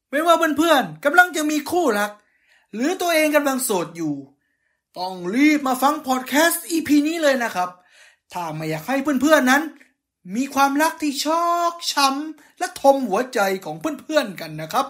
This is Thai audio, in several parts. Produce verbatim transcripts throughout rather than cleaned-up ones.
ไม่ว่าเพื่อนๆกำลังจะมีคู่รักหรือตัวเองกำลังโสดอยู่ต้องรีบมาฟังพอดแคสต์ อี พี นี้เลยนะครับถ้าไม่อยากให้เพื่อนๆนั้นมีความรักที่ชอกช้ำและทมหัวใจของเพื่อนๆกันนะครับ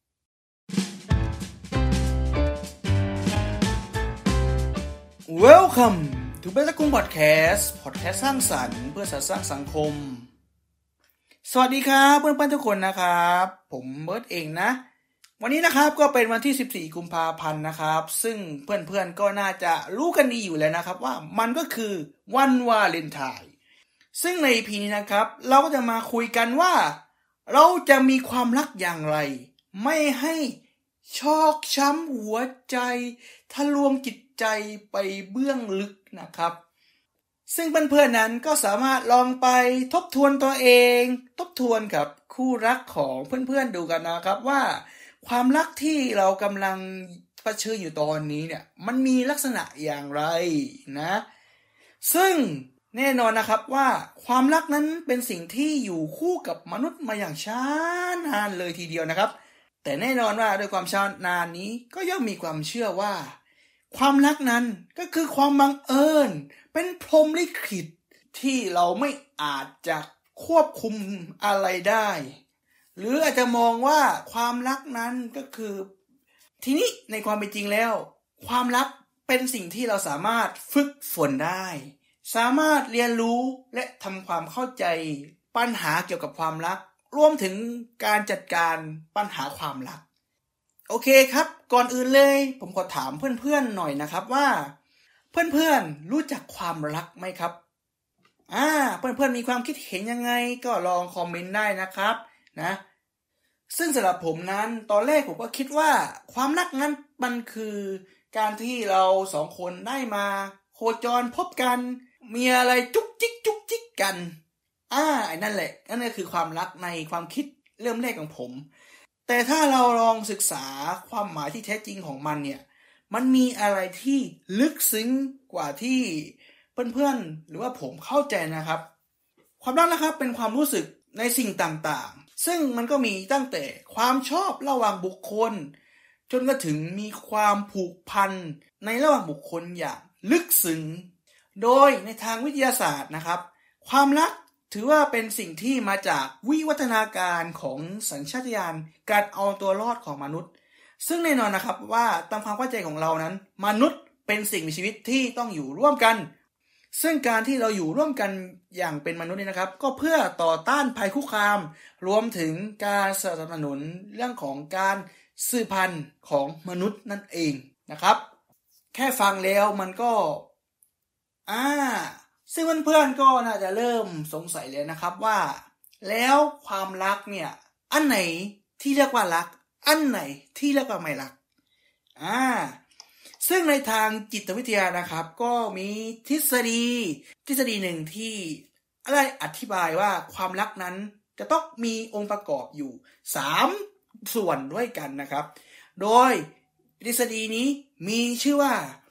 Welcome to Better Kung Podcast Podcast สร้างสรรค์เพื่อสร้างสร้างสังคมสวัสดีครับเพื่อนๆทุกคนนะครับผมเบิร์ดเองนะวันนี้นะครับก็เป็นวันที่สิบสี่กุมภาพันธ์นะครับซึ่งเพื่อนๆก็น่าจะรู้กันดีอยู่แล้วนะครับว่ามันก็คือวันวาเลนไทน์ซึ่งใน อี พี นี้นะครับเราก็จะมาคุยกันว่าเราจะมีความรักอย่างไรไม่ให้ชอกช้ำหัวใจทะลวงจิตใจไปเบื้องลึกนะครับซึ่งเพื่อนๆนั้นก็สามารถลองไปทบทวนตัวเองทบทวนกับคู่รักของเพื่อนๆดูกันนะครับว่าความรักที่เรากำลังเผชิญอยู่ตอนนี้เนี่ยมันมีลักษณะอย่างไรนะซึ่งแน่นอนนะครับว่าความรักนั้นเป็นสิ่งที่อยู่คู่กับมนุษย์มาอย่างช้านานเลยทีเดียวนะครับแต่แน่นอนว่าด้วยความช้านานนี้ก็ย่อมมีความเชื่อว่าความรักนั้นก็คือความบังเอิญเป็นพรหมลิขิตที่เราไม่อาจจะควบคุมอะไรได้หรืออาจจะมองว่าความรักนั้นก็คือทีนี้ในความเป็นจริงแล้วความรักเป็นสิ่งที่เราสามารถฝึกฝนได้สามารถเรียนรู้และทำความเข้าใจปัญหาเกี่ยวกับความรักรวมถึงการจัดการปัญหาความรักโอเคครับก่อนอื่นเลยผมขอถามเพื่อนๆหน่อยนะครับว่าเพื่อนๆรู้จักความรักไหมครับอ่าเพื่อนๆมีความคิดเห็นยังไงก็ลองคอมเมนต์ได้นะครับนะซึ่งสำหรับผมนั้นตอนแรกผมก็คิดว่าความรักนั้นมันคือการที่เราสองคนได้มาโคจรพบกันมีอะไรจุกจิกจุกจิกกันอ่าไอ้นั่นแหละนั่นก็คือความรักในความคิดเริ่มแรกของผมแต่ถ้าเราลองศึกษาความหมายที่แท้จริงของมันเนี่ยมันมีอะไรที่ลึกซึ้งกว่าที่เพื่อนๆหรือว่าผมเข้าใจนะครับความรักนะครับเป็นความรู้สึกในสิ่งต่างๆซึ่งมันก็มีตั้งแต่ความชอบระหว่างบุคคลจนกระถึงมีความผูกพันในระหว่างบุคคลอย่างลึกซึ้งโดยในทางวิทยาศาสตร์นะครับความรักถือว่าเป็นสิ่งที่มาจากวิวัฒนาการของสัญชาตญาณการเอาตัวรอดของมนุษย์ซึ่งแน่นอนนะครับว่าตามความเข้าใจของเรานั้นมนุษย์เป็นสิ่งมีชีวิตที่ต้องอยู่ร่วมกันซึ่งการที่เราอยู่ร่วมกันอย่างเป็นมนุษย์นี่นะครับก็เพื่อต่อต้านภัยคุกคามรวมถึงการสนับสนุนเรื่องของการสืบพันธุ์ของมนุษย์นั่นเองนะครับแค่ฟังแล้วมันก็อ่าซึ่งเพื่อนๆก็น่าจะเริ่มสงสัยเลยนะครับว่าแล้วความรักเนี่ยอันไหนที่เรียกว่ารักอันไหนที่เรียกว่าไม่รักอ่าซึ่งในทางจิตวิทยานะครับก็มีทฤษฎีทฤษฎีหนึ่งที่ได้อธิบายว่าความรักนั้นจะต้องมีองค์ประกอบอยู่สามส่วนด้วยกันนะครับโดยทฤษฎีนี้มีชื่อว่า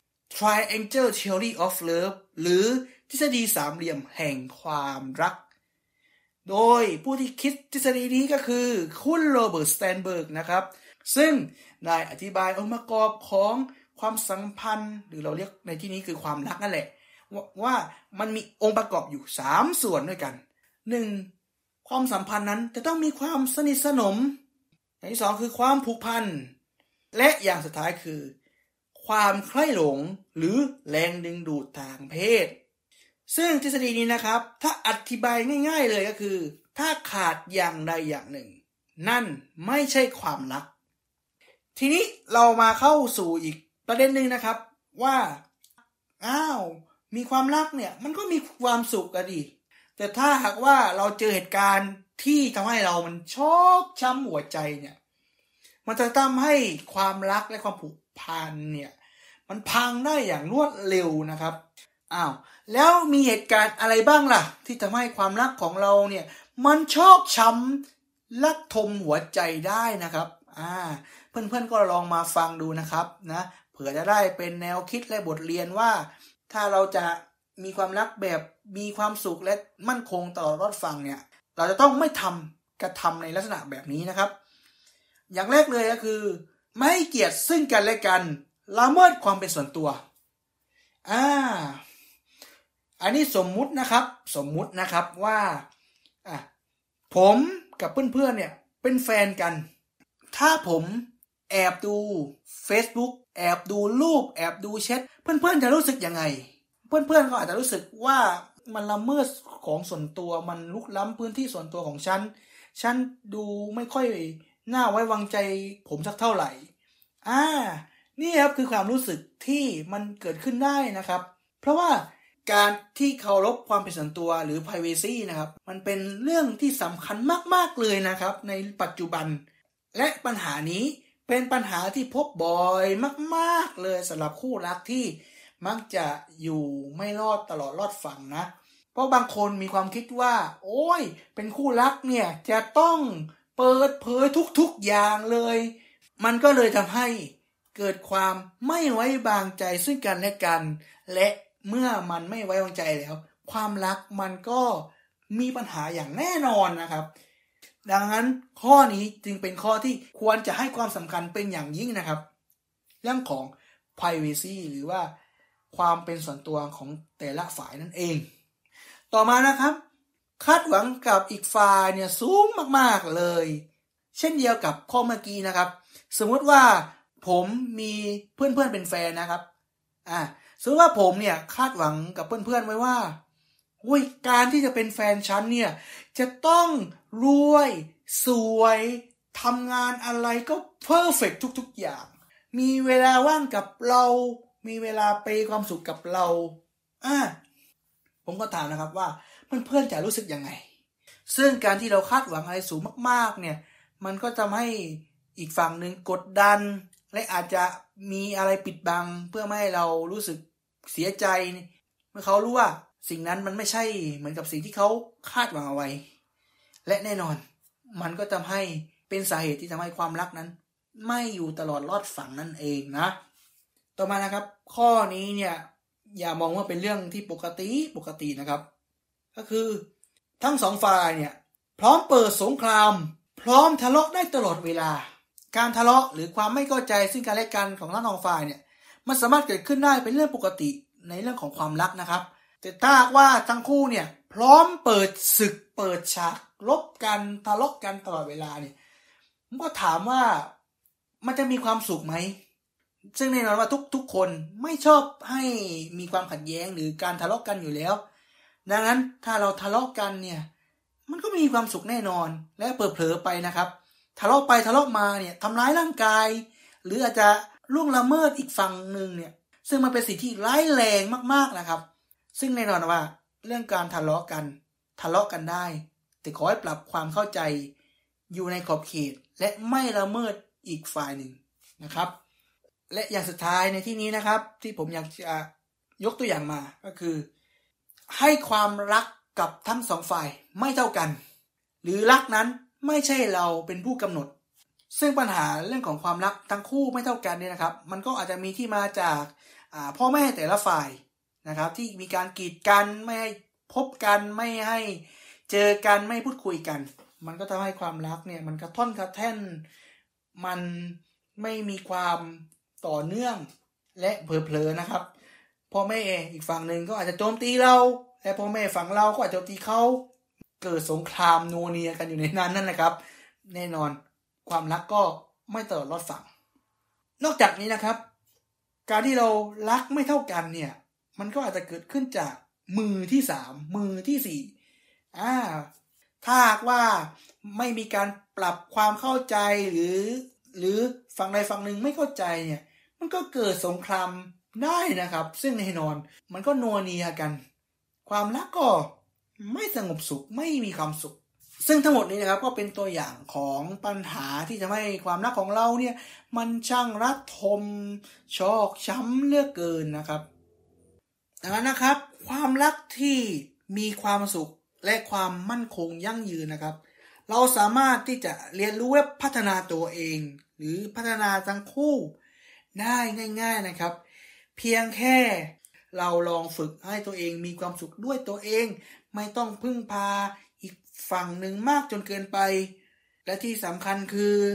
Triangle Theory of Love หรือทฤษฎีสามเหลี่ยมแห่งความรักโดยผู้ที่คิดทฤษฎีนี้ก็คือคุณโรเบิร์ต สแตนเบิร์กนะครับซึ่งได้อธิบายองค์ประกอบของความสัมพันธ์หรือเราเรียกในที่นี้คือความรักนั่นแหละว่า, ว่ามันมีองค์ประกอบอยู่สามส่วนด้วยกันหนึ่งความสัมพันธ์นั้นจะต้องมีความสนิทสนมอย่างที่สองคือความผูกพันและอย่างสุดท้ายคือความใคร่หลงหรือแรงดึงดูดทางเพศซึ่งทฤษฎีนี้นะครับถ้าอธิบายง่ายๆเลยก็คือถ้าขาดอย่างใดอย่างหนึ่งนั่นไม่ใช่ความรักทีนี้เรามาเข้าสู่อีกประเด็นหนึ่งนะครับว่าอ้าวมีความรักเนี่ยมันก็มีความสุขกันดิแต่ถ้าหากว่าเราเจอเหตุการณ์ที่ทำให้เรามันชอกช้ำหัวใจเนี่ยมันจะทำให้ความรักและความผูกพันเนี่ยมันพังได้อย่างรวดเร็วนะครับอ้าวแล้วมีเหตุการณ์อะไรบ้างล่ะที่ทำให้ความรักของเราเนี่ยมันชอกช้ำลักทมหัวใจได้นะครับอ่าเพื่อนๆก็ลองมาฟังดูนะครับนะเผื่อจะได้เป็นแนวคิดและบทเรียนว่าถ้าเราจะมีความรักแบบมีความสุขและมั่นคงตลอดรอดฟังเนี่ยเราจะต้องไม่ทำกระทำในลักษณะแบบนี้นะครับอย่างแรกเลยก็คือไม่ให้เกียรติซึ่งกันและกันละเมิดความเป็นส่วนตัวอ่าอันนี้สมมุตินะครับสมมุตินะครับว่าอ่ะผมกับเพื่อนๆเนี่ยเป็นแฟนกันถ้าผมแอบดู Facebook แอบดูรูปแอบดูแชทเพื่อนๆจะรู้สึกยังไงเพื่อนๆก็อาจจะรู้สึกว่ามันละเมิดของส่วนตัวมันลุกล้ำพื้นที่ส่วนตัวของฉันฉันดูไม่ค่อยน่าไว้วางใจผมสักเท่าไหร่อ่านี่ครับคือความรู้สึกที่มันเกิดขึ้นได้นะครับเพราะว่าการที่เคารพความเป็นส่วนตัวหรือ privacy นะครับมันเป็นเรื่องที่สำคัญมากๆเลยนะครับในปัจจุบันและปัญหานี้เป็นปัญหาที่พบบ่อยมากๆเลยสำหรับคู่รักที่มักจะอยู่ไม่รอดตลอดรอดฝั่งนะเพราะบางคนมีความคิดว่าโอ้ยเป็นคู่รักเนี่ยจะต้องเปิดเผยทุกๆอย่างเลยมันก็เลยทำให้เกิดความไม่ไว้วางใจซึ่งกันและกันและเมื่อมันไม่ไว้วางใจแล้วความรักมันก็มีปัญหาอย่างแน่นอนนะครับดังนั้นข้อนี้จึงเป็นข้อที่ควรจะให้ความสำคัญเป็นอย่างยิ่งนะครับเรื่องของ privacy หรือว่าความเป็นส่วนตัวของแต่ละฝ่ายนั่นเองต่อมานะครับคาดหวังกับอีกฝ่ายเนี่ยสูงมากๆเลยเช่นเดียวกับข้อเมื่อกี้นะครับสมมุติว่าผมมีเพื่อนๆเป็นแฟนนะครับอ่าสมมติว่าผมเนี่ยคาดหวังกับเพื่อนๆไว้ว่าอุ้ยการที่จะเป็นแฟนฉันเนี่ยจะต้องรวยสวยทำงานอะไรก็เพอร์เฟกต์ทุกๆอย่างมีเวลาว่างกับเรามีเวลาไปความสุขกับเราอ่าผมก็ถามนะครับว่าเพื่อนๆจะรู้สึกยังไงซึ่งการที่เราคาดหวังอะไรสูงมากๆเนี่ยมันก็ทำให้อีกฝั่งหนึ่งกดดันและอาจจะมีอะไรปิดบังเพื่อไม่ให้เรารู้สึกเสียใจเมื่อเขารู้ว่าสิ่งนั้นมันไม่ใช่เหมือนกับสิ่งที่เขาคาดหวังเอาไว้และแน่นอนมันก็ทำให้เป็นสาเหตุที่ทำให้ความรักนั้นไม่อยู่ตลอดรอดฝั่งนั่นเองนะต่อมานะครับข้อนี้เนี่ยอย่ามองว่าเป็นเรื่องที่ปกติปกตินะครับก็คือทั้งสองฝ่ายเนี่ยพร้อมเปิดสงครามพร้อมทะเลาะได้ตลอดเวลาการทะเลาะหรือความไม่เข้าใจซึ่งกันและกันของทั้งสองฝ่ายเนี่ยมันสามารถเกิดขึ้นได้เป็นเรื่องปกติในเรื่องของความรักนะครับแต่ถ้าว่าทั้งคู่เนี่ยพร้อมเปิดศึกเปิดฉากรบกันทะเลาะกันตลอดเวลาเนี่ยผมก็ถามว่ามันจะมีความสุขไหมซึ่งแน่นอนว่าทุกทุกคนไม่ชอบให้มีความขัดแย้งหรือการทะเลาะกันอยู่แล้วดังนั้นถ้าเราทะเลาะกันเนี่ยมันก็มีความสุขแน่นอนและเผลอๆไปนะครับทะเลาะไปทะเลาะมาเนี่ยทำร้ายร่างกายหรืออาจจะล่วงละเมิดอีกฝั่งหนึ่งเนี่ยซึ่งมันเป็นสิ่งที่ร้ายแรงมากๆนะครับซึ่งแน่นอนว่าเรื่องการทะเลาะกันทะเลาะกันได้แต่ขอให้ปรับความเข้าใจอยู่ในขอบเขตและไม่ละเมิดอีกฝ่ายหนึ่งนะครับและอย่างสุดท้ายในที่นี้นะครับที่ผมอยากจะยกตัวอย่างมาก็คือให้ความรักกับทั้งสองฝ่ายไม่เท่ากันหรือรักนั้นไม่ใช่เราเป็นผู้กำหนดซึ่งปัญหาเรื่องของความรักทั้งคู่ไม่เท่ากันเนี่ยนะครับมันก็อาจจะมีที่มาจากพ่อแม่แต่ละฝ่ายนะครับที่มีการกีดกันไม่ให้พบกันไม่ให้เจอกันไม่พูดคุยกันมันก็ทำให้ความรักเนี่ยมันกระท่อนกระแท่นมันไม่มีความต่อเนื่องและเผลอๆนะครับพ่อแม่อีกฝั่งหนึ่งก็อาจจะโจมตีเราและพ่อแม่ฝั่งเราก็อาจจะโจมตีเขาเกิดสงครามนัวเนียกันอยู่ในนั้นนั่นแหละครับแน่นอนความรักก็ไม่ตลอดรอดฝั่งนอกจากนี้นะครับการที่เรารักไม่เท่ากันเนี่ยมันก็อาจจะเกิดขึ้นจากมือที่สามมือที่สี่อ่าถ้าว่าไม่มีการปรับความเข้าใจหรือหรือฝั่งใดฝั่งหนึ่งไม่เข้าใจเนี่ยมันก็เกิดสงครามได้นะครับซึ่งแน่นอนมันก็นัวเนียกันความรักก็ไม่สงบสุขไม่มีความสุขซึ่งทั้งหมดนี้นะครับก็เป็นตัวอย่างของปัญหาที่ทำให้ความรักของเราเนี่ยมันช่างระทมชอกช้ำเหลือเกินนะครับดังนั้นนะครับความรักที่มีความสุขและความมั่นคงยั่งยืนนะครับเราสามารถที่จะเรียนรู้และพัฒนาตัวเองหรือพัฒนาทั้งคู่ได้ง่ายๆนะครับเพียงแค่เราลองฝึกให้ตัวเองมีความสุขด้วยตัวเองไม่ต้องพึ่งพาอีกฝั่งหนึ่งมากจนเกินไปและที่สำคัญคือ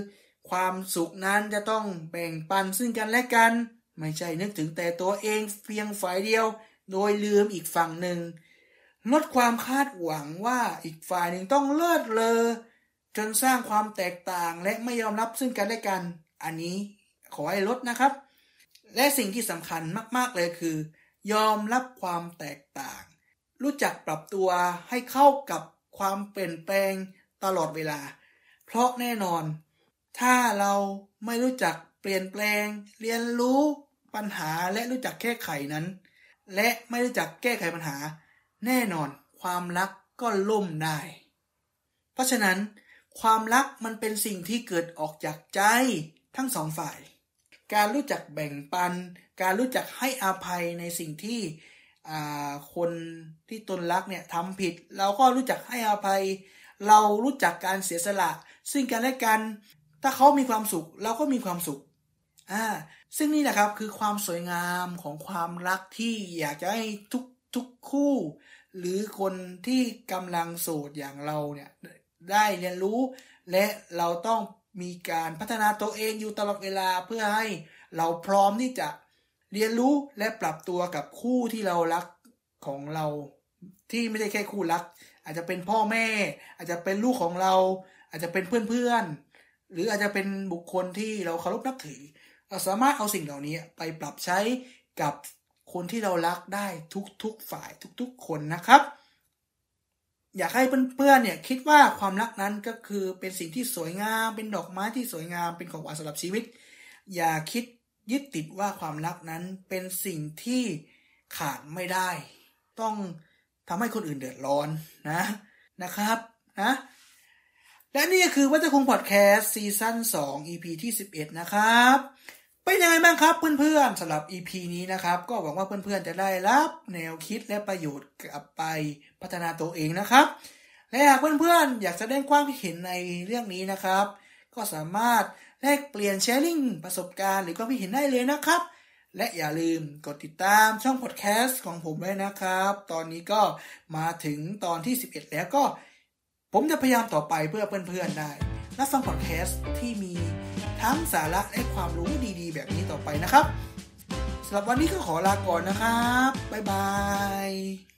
ความสุขนั้นจะต้องแบ่งปันซึ่งกันและกันไม่ใช่นึกถึงแต่ตัวเองเพียงฝ่ายเดียวโดยลืมอีกฝั่งหนึ่งลดความคาดหวังว่าอีกฝ่ายหนึ่งต้องเลิศเลอจนสร้างความแตกต่างและไม่ยอมรับซึ่งกันและกันอันนี้ขอให้ลดนะครับและสิ่งที่สำคัญมากๆเลยคือยอมรับความแตกต่างรู้จักปรับตัวให้เข้ากับความเปลี่ยนแปลงตลอดเวลาเพราะแน่นอนถ้าเราไม่รู้จักเปลี่ยนแปลงเรียนรู้ปัญหาและรู้จักแก้ไขนั้นและไม่รู้จักแก้ไขปัญหาแน่นอนความรักก็ล่มได้เพราะฉะนั้นความรักมันเป็นสิ่งที่เกิดออกจากใจทั้งสองฝ่ายการรู้จักแบ่งปันการรู้จักให้อภัยในสิ่งที่คนที่ตนรักเนี่ยทำผิดเราก็รู้จักให้อภัยเรารู้จักการเสียสละซึ่งกันและกันถ้าเขามีความสุขเราก็มีความสุขอ่าซึ่งนี่นะครับคือความสวยงามของความรักที่อยากจะให้ทุกทุกคู่หรือคนที่กำลังโสดอย่างเราเนี่ยได้เรียนรู้และเราต้องมีการพัฒนาตัวเองอยู่ตลอดเวลาเพื่อให้เราพร้อมที่จะเรียนรู้และปรับตัวกับคู่ที่เรารักของเราที่ไม่ใช่แค่คู่รักอาจจะเป็นพ่อแม่อาจจะเป็นลูกของเราอาจจะเป็นเพื่อนๆหรืออาจจะเป็นบุคคลที่เราเคารพนับถือเราสามารถเอาสิ่งเหล่านี้ไปปรับใช้กับคนที่เรารักได้ทุกๆฝ่ายทุกๆคนนะครับอยากให้เพื่อนๆเนี่ยคิดว่าความรักนั้นก็คือเป็นสิ่งที่สวยงามเป็นดอกไม้ที่สวยงามเป็นของหวานสำหรับชีวิตอย่าคิดยึดติดว่าความรักนั้นเป็นสิ่งที่ขาดไม่ได้ต้องทำให้คนอื่นเดือดร้อนนะนะครับนะและนี่ก็คือวัฒนคงพอดแคสต์ซีซั่นสอง อี พี ที่สิบเอ็ดนะครับเป็นยังไงบ้างครับเพื่อนๆสำหรับ อี พี นี้นะครับก็หวังว่าเพื่อนๆจะได้รับแนวคิดและประโยชน์กลับไปพัฒนาตัวเองนะครับและหากเพื่อนๆอยากแสดงความคิดเห็นในเรื่องนี้นะครับก็สามารถแลกเปลี่ยนแชร์ลิงก์ประสบการณ์หรือความคิดเห็นได้เลยนะครับและอย่าลืมกดติดตามช่องพอดแคสต์ของผมด้วยนะครับตอนนี้ก็มาถึงตอนที่สิบเอ็ดแล้วก็ผมจะพยายามต่อไปเพื่อเพื่อนๆได้รับฟังพอดแคสต์ที่มีทั้งสาระและความรู้ดีๆแบบนี้ต่อไปนะครับสำหรับวันนี้ก็ขอลาก่อนนะครับบ๊ายบาย